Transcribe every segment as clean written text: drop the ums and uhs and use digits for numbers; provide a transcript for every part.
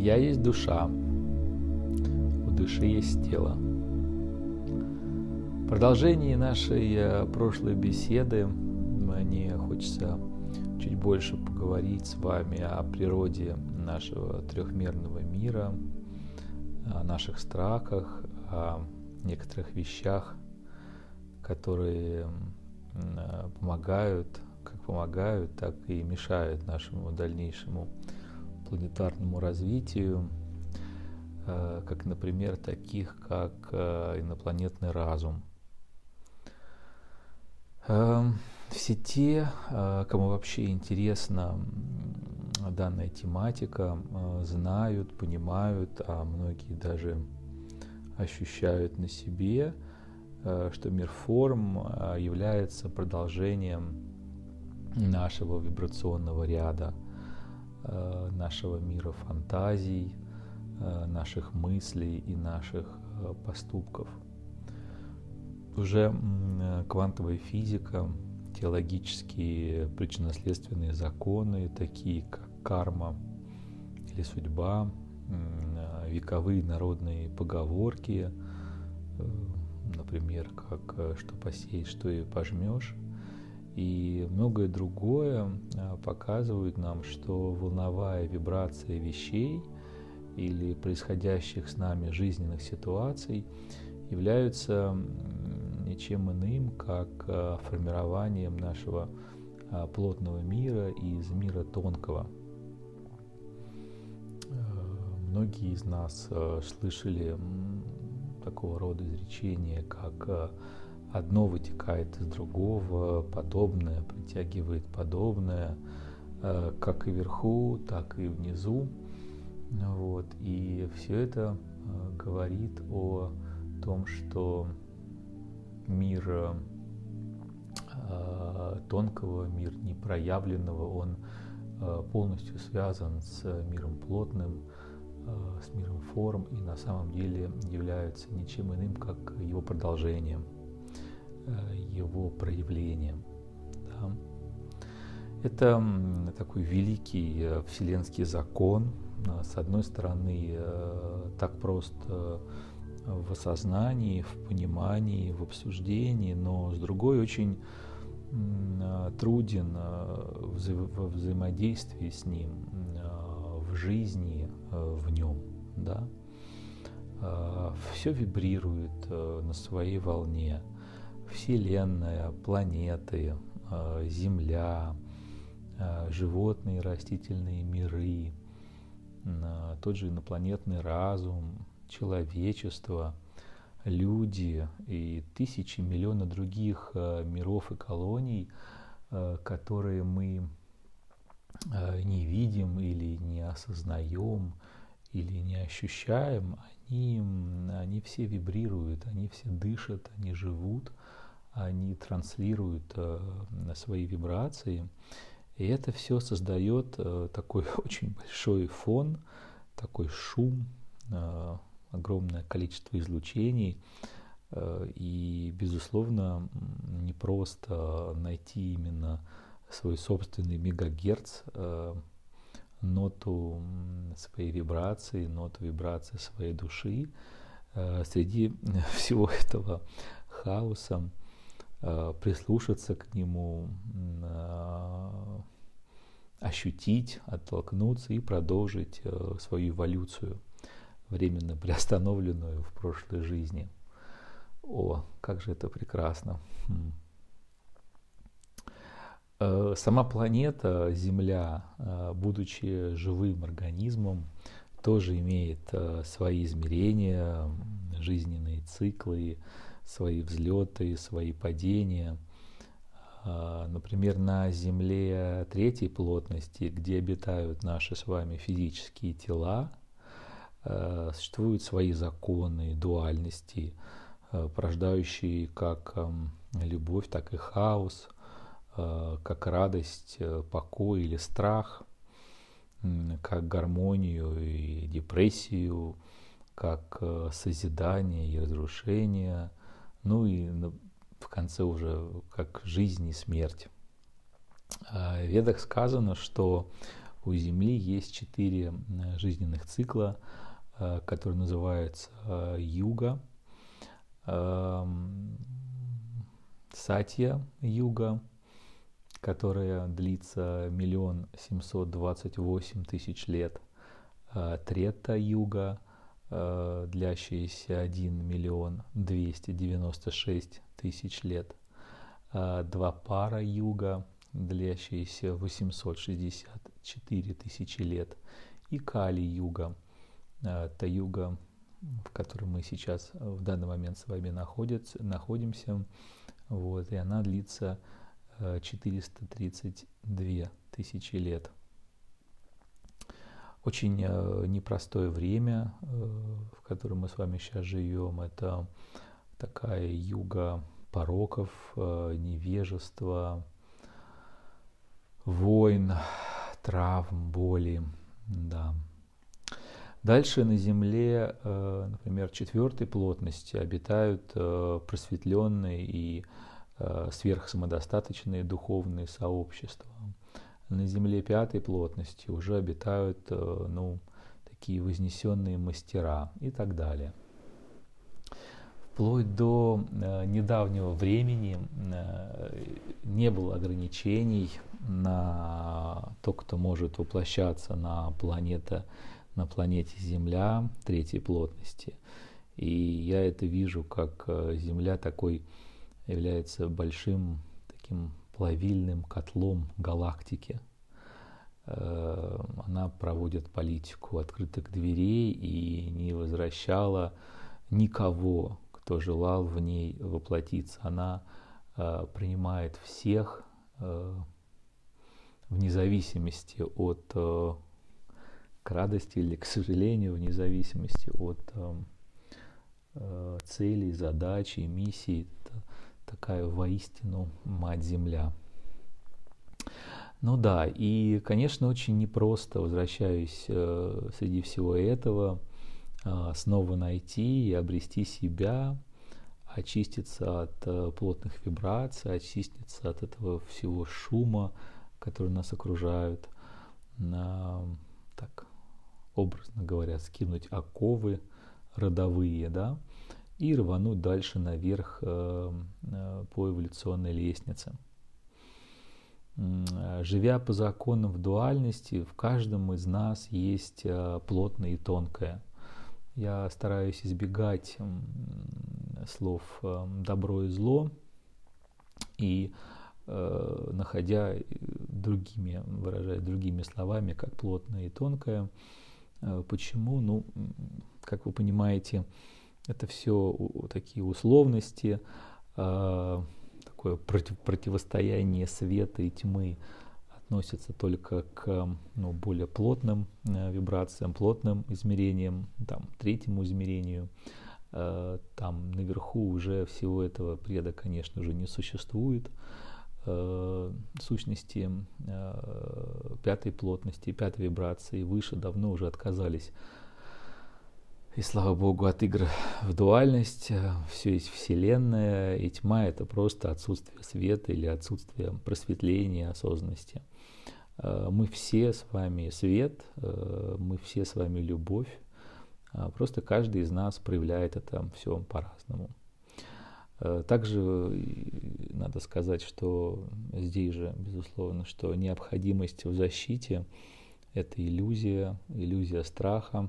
Я есть душа, у души есть тело. В продолжении нашей прошлой беседы мне хочется чуть больше поговорить с вами о природе нашего трехмерного мира, о наших страхах, о некоторых вещах, которые помогают, так и мешают нашему дальнейшему планетарному развитию, как, например, таких, как инопланетный разум. Все те, кому вообще интересна данная тематика, знают, понимают, а многие даже ощущают на себе, что мир форм является продолжением нашего вибрационного ряда, нашего мира фантазий, наших мыслей и наших поступков. Уже квантовая физика, теологические причинно-следственные законы, такие как карма или судьба, вековые народные поговорки, например, как «что посеешь, что и пожмешь», и многое другое показывают нам, что волновая вибрация вещей или происходящих с нами жизненных ситуаций являются ничем иным, как формированием нашего плотного мира из мира тонкого. Многие из нас слышали такого рода изречения, как «одно вытекает из другого, подобное притягивает подобное», как и вверху, так и внизу. Вот. И все это говорит о том, что мир тонкого, мир непроявленного, он полностью связан с миром плотным, с миром форм, и на самом деле является ничем иным, как его продолжением, его проявлением. Да. Это такой великий вселенский закон. С одной стороны, так просто в осознании, в понимании, в обсуждении, но с другой очень труден во взаимодействии с ним, в жизни в нем. Да? Все вибрирует на своей волне. Вселенная, планеты, Земля, животные, растительные миры, тот же инопланетный разум, человечество, люди и тысячи, миллионы других миров и колоний, которые мы не видим или не осознаем, или не ощущаем, они все вибрируют, они все дышат, они живут, они транслируют свои вибрации. И это все создает такой очень большой фон, такой шум, огромное количество излучений. И, безусловно, не просто найти именно свой собственный мегагерц, ноту своей вибрации, ноту вибрации своей души. Среди всего этого хаоса прислушаться к нему, ощутить, оттолкнуться и продолжить свою эволюцию, временно приостановленную в прошлой жизни. О, как же это прекрасно! Сама планета Земля, будучи живым организмом, тоже имеет свои измерения, жизненные циклы, свои взлеты, свои падения. Например, на Земле третьей плотности, где обитают наши с вами физические тела, существуют свои законы дуальности, порождающие как любовь, так и хаос, как радость, покой или страх, как гармонию и депрессию, как созидание и разрушение, ну и в конце уже как жизнь и смерть. В Ведах сказано, что У Земли есть 4 жизненных цикла, которые называются юга, сатья-юга, которая длится 1 728 000 лет, трета-юга, длящаяся 1 296 000 лет, двапара-юга, длящаяся 864 000 лет, и кали-юга, та юга, в которой мы сейчас в данный момент с вами находимся, вот, и она длится 432 тысячи лет. Очень непростое время, в котором мы с вами сейчас живем. Это такая юга пороков, невежества, войн, травм, боли. Да. Дальше на Земле, например, 4-й плотности обитают просветленные и сверхсамодостаточные духовные сообщества. На Земле 5-й плотности уже обитают такие вознесенные мастера и так далее. Вплоть до недавнего времени не было ограничений на то, кто может воплощаться на планете Земля 3-й плотности. И я это вижу, как Земля является большим таким плавильным котлом галактики. Она проводит политику открытых дверей и не возвращала никого, кто желал в ней воплотиться. Она принимает всех вне зависимости от к радости или к сожалению, вне зависимости от целей, задач и миссий. Это такая воистину Мать-Земля. Ну да, и, конечно, очень непросто, возвращаюсь среди всего этого, снова найти и обрести себя, очиститься от плотных вибраций, очиститься от этого всего шума, который нас окружает, так образно говоря, скинуть оковы родовые, да, и рвануть дальше наверх по эволюционной лестнице. Живя по законам в дуальности, в каждом из нас есть плотное и тонкое. Я стараюсь избегать слов добро и зло и выражая другими словами, как плотное и тонкое. Почему? Ну, как вы понимаете, это все такие условности, такое противостояние света и тьмы относится только к более плотным вибрациям, плотным измерениям, там, 3-му измерению. Там наверху уже всего этого бреда, конечно же, не существует. Сущности 5-й плотности, 5-й вибрации выше давно уже отказались. И слава Богу, от игр в дуальность. Все есть Вселенная, и тьма — это просто отсутствие света или отсутствие просветления, осознанности. Мы все с вами свет, мы все с вами любовь. Просто каждый из нас проявляет это все по-разному. Также надо сказать, что здесь же, безусловно, что необходимость в защите — это иллюзия страха,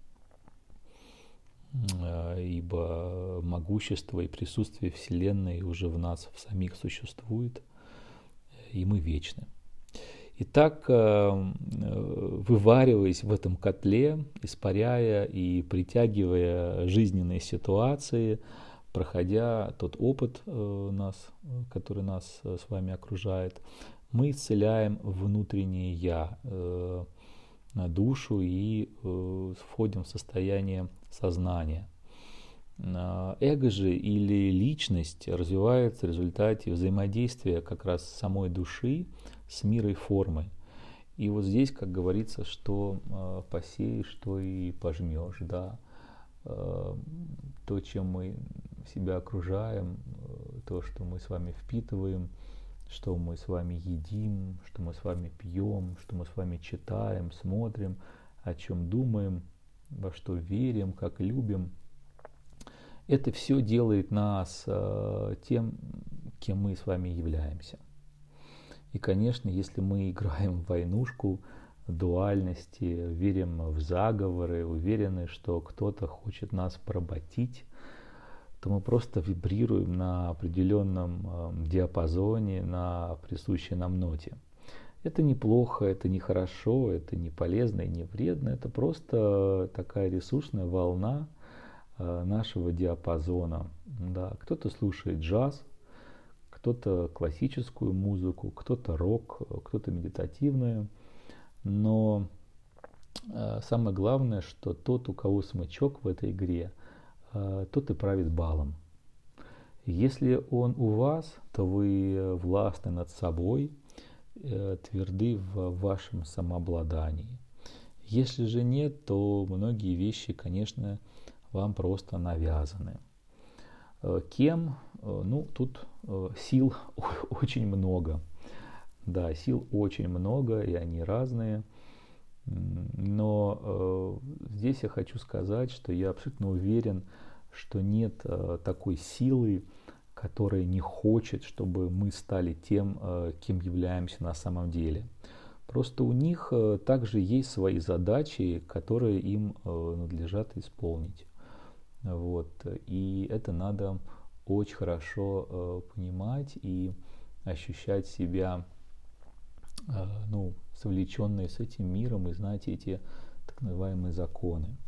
ибо могущество и присутствие Вселенной уже в нас в самих существует, и мы вечны. Итак, вывариваясь в этом котле, испаряя и притягивая жизненные ситуации, проходя тот опыт, который нас с вами окружает, мы исцеляем внутреннее «я», душу и входим в состояние сознания. Эго же или личность развивается в результате взаимодействия как раз самой души с мирой формы. И вот здесь, как говорится, что посеешь, то и пожмешь, да. То, чем мы себя окружаем, то, что мы с вами впитываем, что мы с вами едим, что мы с вами пьем, что мы с вами читаем, смотрим, о чем думаем, во что верим, как любим. Это все делает нас тем, кем мы с вами являемся. И, конечно, если мы играем в войнушку, дуальности, верим в заговоры, уверены, что кто-то хочет нас поработить, то мы просто вибрируем на определенном диапазоне, на присущей нам ноте. Это неплохо, это не хорошо, это не полезно и не вредно, это просто такая ресурсная волна нашего диапазона. Да. Кто-то слушает джаз, кто-то классическую музыку, кто-то рок, кто-то медитативную. Но самое главное, что тот, у кого смычок в этой игре, тот и правит балом. Если он у вас, то вы властны над собой, тверды в вашем самообладании. Если же нет, то многие вещи, конечно, вам просто навязаны. Кем? Ну, тут сил очень много. Да, сил очень много, и они разные. Но здесь я хочу сказать, что я абсолютно уверен, что нет такой силы, которая не хочет, чтобы мы стали тем, кем являемся на самом деле. Просто у них также есть свои задачи, которые им надлежат исполнить. Вот. И это надо очень хорошо понимать и ощущать себя совлеченные с этим миром и знать эти так называемые законы.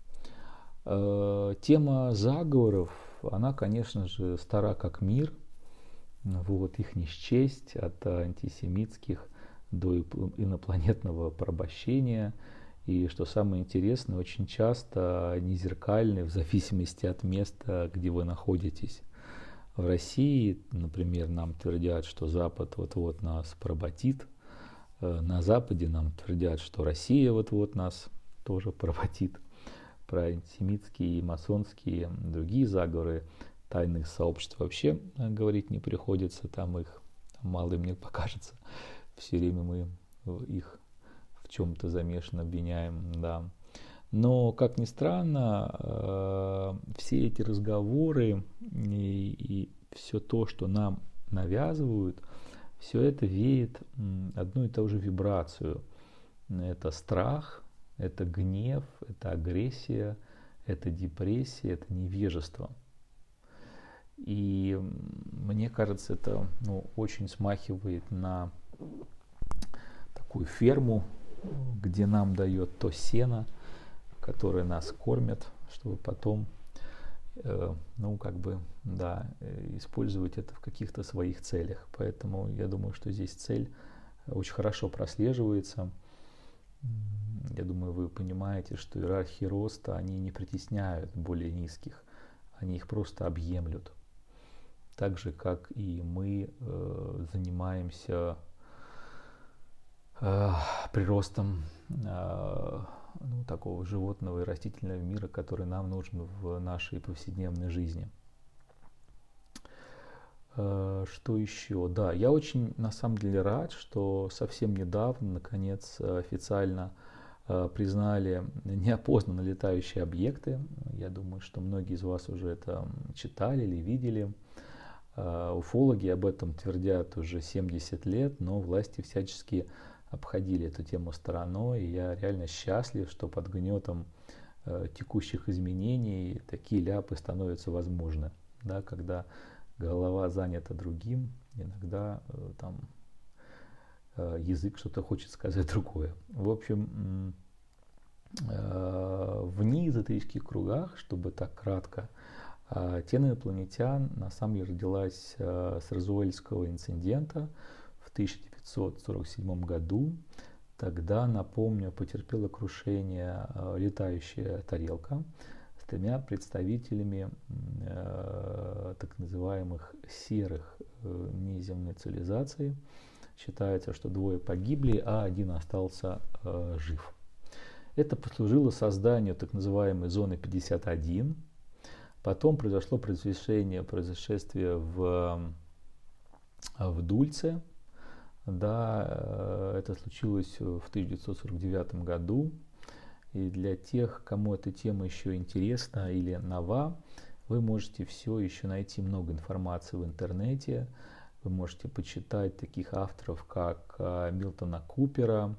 Тема заговоров, она, конечно же, стара как мир. Вот, их не счесть, от антисемитских до инопланетного порабощения. И что самое интересное, очень часто они зеркальны в зависимости от места, где вы находитесь. В России, например, нам твердят, что Запад вот-вот нас поработит. На Западе нам твердят, что Россия вот-вот нас тоже поработит. Про антисемитские, масонские, другие заговоры тайных сообществ вообще говорить не приходится. Там их мало, мне покажется. Все время мы их в чем-то замешан обвиняем. Да. Но, как ни странно, все эти разговоры и все то, что нам навязывают, все это веет одну и ту же вибрацию. Это страх, это гнев, это агрессия, это депрессия, это невежество. И мне кажется, это очень смахивает на такую ферму, где нам дает то сено, которое нас кормит, чтобы потом использовать это в каких-то своих целях. Поэтому я думаю, что здесь цель очень хорошо прослеживается. Я думаю, вы понимаете, что иерархии роста, они не притесняют более низких, они их просто объемлют. Так же, как и мы занимаемся приростом такого животного и растительного мира, который нам нужен в нашей повседневной жизни. Что еще? Да, я очень на самом деле рад, что совсем недавно, наконец, официально признали неопознанно летающие объекты. Я думаю, что многие из вас уже это читали или видели. Уфологи об этом твердят уже 70 лет, но власти всячески обходили эту тему стороной, и я реально счастлив, что под гнетом текущих изменений такие ляпы становятся возможны. Да, когда голова занята другим, иногда язык что-то хочет сказать другое. В общем, в неэзотерических кругах, чтобы так кратко, тема инопланетян на самом деле родилась с Розуэльского инцидента в 1947 году. Тогда, напомню, потерпела крушение летающая тарелка с тремя представителями так называемых серых внеземной цивилизаций. Считается, что 2 погибли, а 1 остался жив. Это послужило созданию так называемой зоны 51. Потом произошло происшествие в в Дульце. Да, это случилось в 1949 году. И для тех, кому эта тема еще интересна или нова, вы можете все еще найти много информации в интернете. Вы можете почитать таких авторов, как Милтона Купера,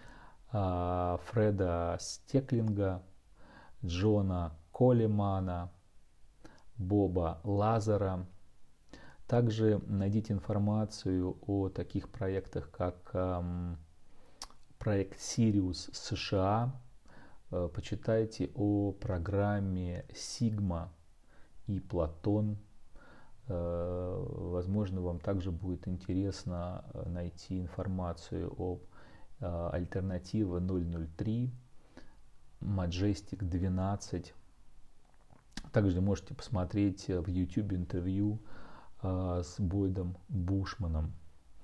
Фреда Стеклинга, Джона Колемана, Боба Лазара. Также найдите информацию о таких проектах, как проект Сириус США. Почитайте о программе Сигма и Платон. Возможно, вам также будет интересно найти информацию об Альтернатива 003, Majestic 12. Также можете посмотреть в YouTube интервью с Бойдом Бушманом.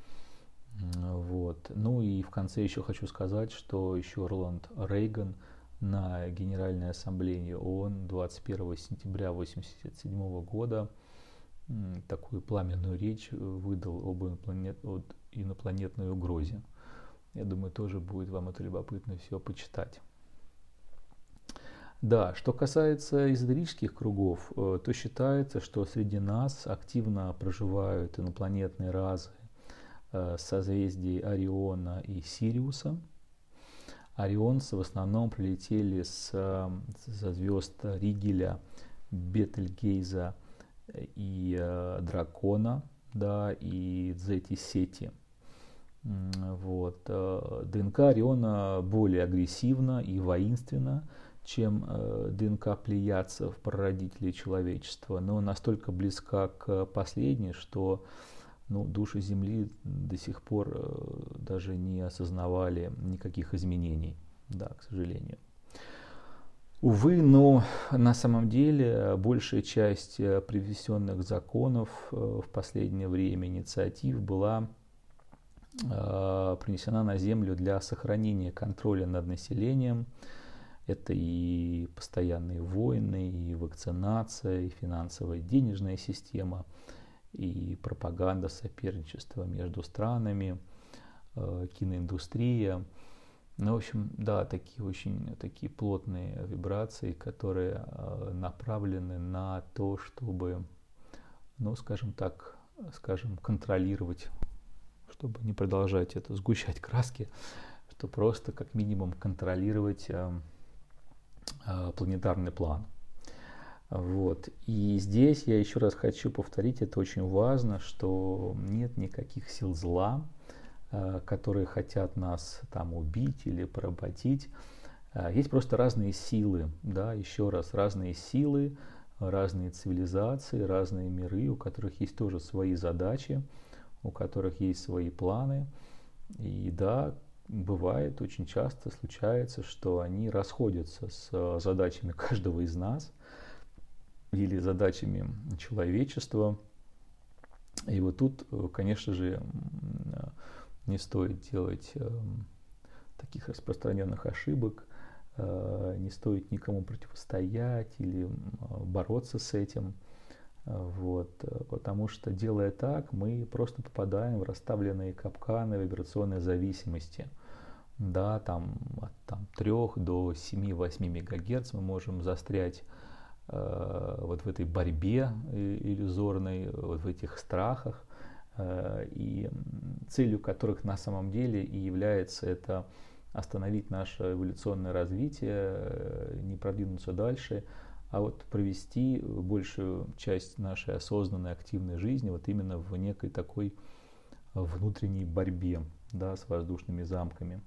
Вот. Ну и в конце еще хочу сказать, что еще Рональд Рейган на Генеральной Ассамблее ООН 21 сентября 1987 года такую пламенную речь выдал об инопланетной угрозе. Я думаю, тоже будет вам это любопытно все почитать. Да, что касается эзотерических кругов, то считается, что среди нас активно проживают инопланетные разы созвездий Ориона и Сириуса. Орионцы в основном прилетели со звезд Ригеля, Бетельгейза и Дракона, да, и Дзети-Сети. Вот. ДНК Ориона более агрессивна и воинственна, чем ДНК плеядцев, прародителей человечества, но настолько близка к последней, что души Земли до сих пор даже не осознавали никаких изменений, да, к сожалению. Увы, но на самом деле большая часть привнесенных законов в последнее время, инициатив, была принесена на Землю для сохранения контроля над населением. Это и постоянные войны, и вакцинация, и финансовая денежная система, и пропаганда соперничества между странами, киноиндустрия. В общем, да, такие плотные вибрации, которые направлены на то, чтобы, контролировать, чтобы не продолжать это сгущать краски, что просто как минимум контролировать планетарный план. Вот. И здесь я еще раз хочу повторить, это очень важно, что нет никаких сил зла, которые хотят нас там убить или поработить. Есть просто разные силы, да, еще раз, разные силы, разные цивилизации, разные миры, у которых есть тоже свои задачи, у которых есть свои планы. И да, бывает, очень часто случается, что они расходятся с задачами каждого из нас или задачами человечества. И вот тут, конечно же, не стоит делать таких распространенных ошибок, не стоит никому противостоять или бороться с этим. Вот, потому что, делая так, мы просто попадаем в расставленные капканы вибрационной зависимости. Да, там от 3 до 7-8 МГц мы можем застрять вот в этой борьбе иллюзорной, вот в этих страхах, и целью которых на самом деле и является это остановить наше эволюционное развитие, не продвинуться дальше, а вот провести большую часть нашей осознанной активной жизни вот именно в некой такой внутренней борьбе, да, с воздушными замками.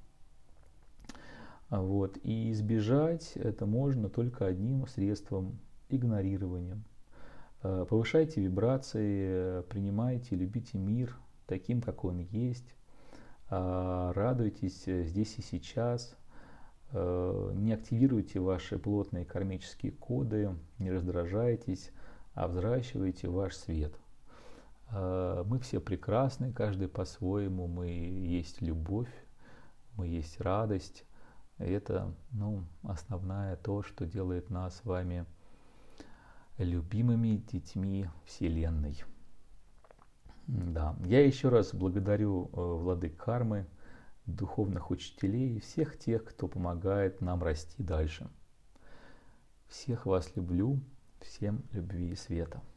Вот. И избежать это можно только одним средством — игнорированием. Повышайте вибрации, принимайте, любите мир таким, как он есть, радуйтесь здесь и сейчас, не активируйте ваши плотные кармические коды, не раздражайтесь, а взращивайте ваш свет. Мы все прекрасны, каждый по-своему, мы есть любовь, мы есть радость. И это, основное то, что делает нас с вами любимыми детьми Вселенной. Да, я еще раз благодарю владык кармы, духовных учителей и всех тех, кто помогает нам расти дальше. Всех вас люблю, всем любви и света.